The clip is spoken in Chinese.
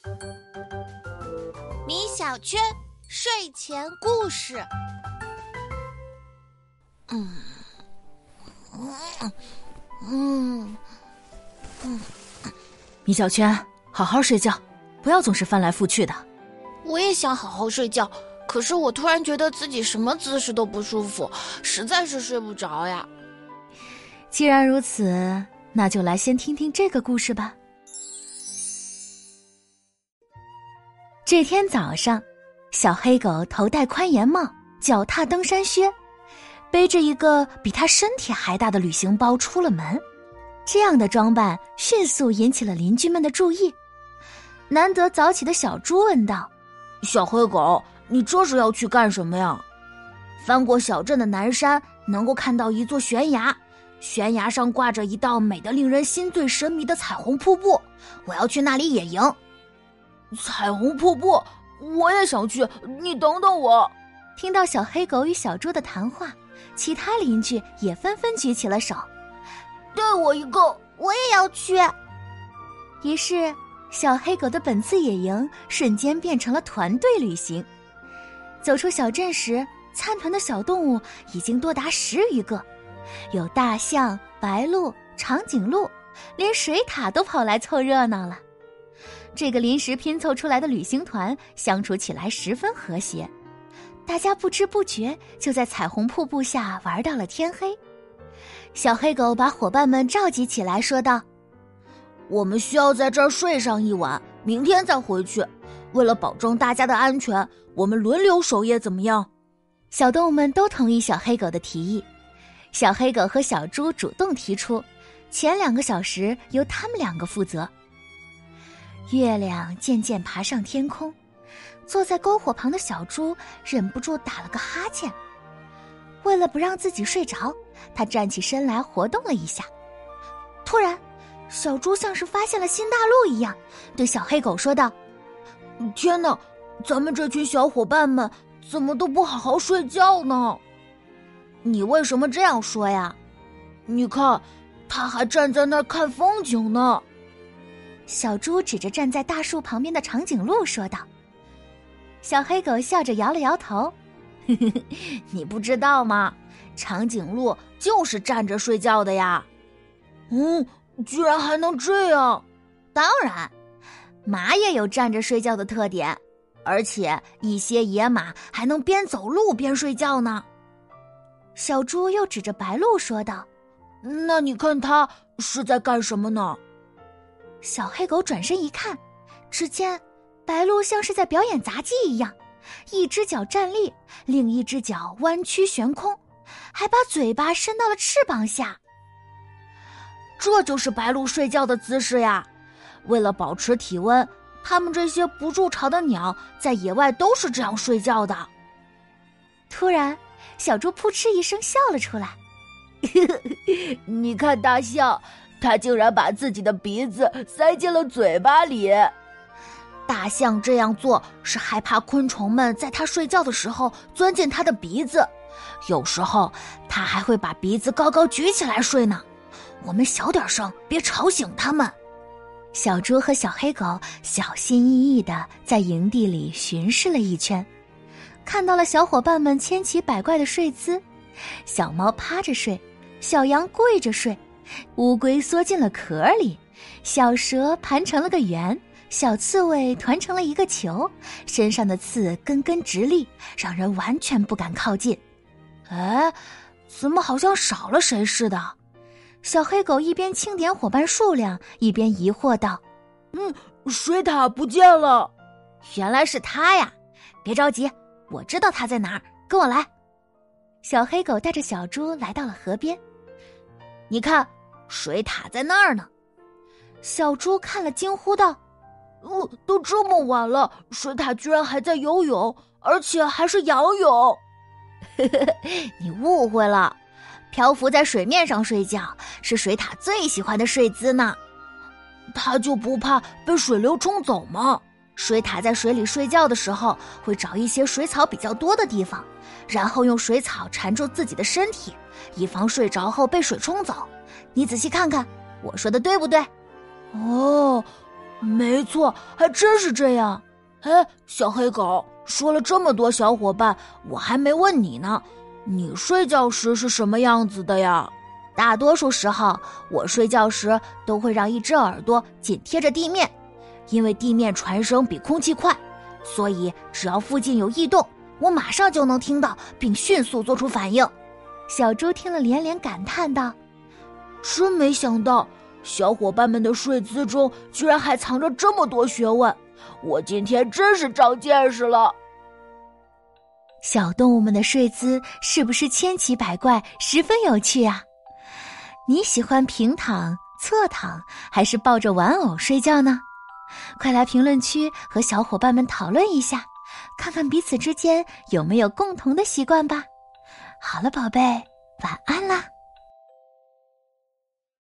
米小圈睡前故事。 米小圈，好好睡觉，不要总是翻来覆去的。 我也想好好睡觉，可是我突然觉得自己什么姿势都不舒服，实在是睡不着呀。 既然如此，那就来先听听这个故事吧。这天早上，小黑狗头戴宽檐帽，脚踏登山靴，背着一个比它身体还大的旅行包出了门。这样的装扮迅速引起了邻居们的注意。难得早起的小猪问道：“ 小黑狗，你这是要去干什么呀？”“ 翻过小镇的南山，能够看到一座悬崖，悬崖上挂着一道美得令人心醉神迷的彩虹瀑布，我要去那里野营。”“ 彩虹瀑布，我也想去，你等等我。” 听到小黑狗与小猪的谈话，其他邻居也纷纷举起了手。 “带我一个， 我也要去。” 于是小黑狗的本次野营瞬间变成了团队旅行。走出小镇时，参团的小动物已经多达10余个，有大象、白鹭、长颈鹿，连水獭都跑来凑热闹了。这个临时拼凑出来的旅行团相处起来十分和谐，大家不知不觉就在彩虹瀑布下玩到了天黑。小黑狗把伙伴们召集起来说道：“ 我们需要在这儿睡上一晚，明天再回去。为了保证大家的安全，我们轮流守夜，怎么样？” 小动物们都同意小黑狗的提议。小黑狗和小猪主动提出，前2个小时由他们2个负责。月亮渐渐爬上天空，坐在篝火旁的小猪忍不住打了个哈欠。为了不让自己睡着，他站起身来活动了一下。突然，小猪像是发现了新大陆一样，对小黑狗说道：“ 天哪，咱们这群小伙伴们怎么都不好好睡觉呢？”“ 你为什么这样说呀？”“ 你看，他还站在那儿看风景呢。” 小猪指着站在大树旁边的长颈鹿说道。小黑狗笑着摇了摇头：“ 你不知道吗？长颈鹿就是站着睡觉的呀。”“ 居然还能这样！”“ 当然，马也有站着睡觉的特点，而且一些野马还能边走路边睡觉呢。” 小猪又指着白鹭说道：“ 那你看它是在干什么呢？” 小黑狗转身一看，只见白鹭像是在表演杂技一样，一只脚站立，另一只脚弯曲悬空，还把嘴巴伸到了翅膀下。 这就是白鹭睡觉的姿势呀！为了保持体温，它们这些不筑巢的鸟在野外都是这样睡觉的。 突然，小猪扑哧一声笑了出来。 你看大象，它竟然把自己的鼻子塞进了嘴巴里。 大象这样做是害怕昆虫们在它睡觉的时候钻进它的鼻子，有时候它还会把鼻子高高举起来睡呢。我们小点声，别吵醒它们。 小猪和小黑狗小心翼翼地在营地里巡视了一圈，看到了小伙伴们千奇百怪的睡姿：小猫趴着睡，小羊跪着睡，乌龟缩进了壳里，小蛇盘成了个圆，小刺猬团成了一个球，身上的刺根根直立，让人完全不敢靠近。 哎，怎么好像少了谁似的？ 小黑狗一边清点伙伴数量，一边疑惑道：“ 水獭不见了。”“ 原来是它呀！别着急，我知道它在哪儿，跟我来。” 小黑狗带着小猪来到了河边。 “你看，水獭在那儿呢。” 小猪看了惊呼道：“ 都这么晚了，水獭居然还在游泳，而且还是仰泳。”“ 你误会了。漂浮在水面上睡觉是水獭最喜欢的睡姿呢。”“ 它就不怕被水流冲走吗？”“ 水獭在水里睡觉的时候，会找一些水草比较多的地方，然后用水草缠住自己的身体，以防睡着后被水冲走。你仔细看看，我说的对不对？”“ 哦， 没错，还真是这样。哎，小黑狗，说了这么多小伙伴，我还没问你呢，你睡觉时是什么样子的呀？ 大多数时候，我睡觉时都会让一只耳朵紧贴着地面，因为地面传声比空气快，所以只要附近有异动，我马上就能听到，并迅速做出反应。小猪听了连连感叹道：“ 真没想到，小伙伴们的睡姿中居然还藏着这么多学问，我今天真是长见识了。” 小动物们的睡姿是不是千奇百怪，十分有趣啊？你喜欢平躺、侧躺，还是抱着玩偶睡觉呢？快来评论区和小伙伴们讨论一下，看看彼此之间有没有共同的习惯吧。好了，宝贝，晚安啦。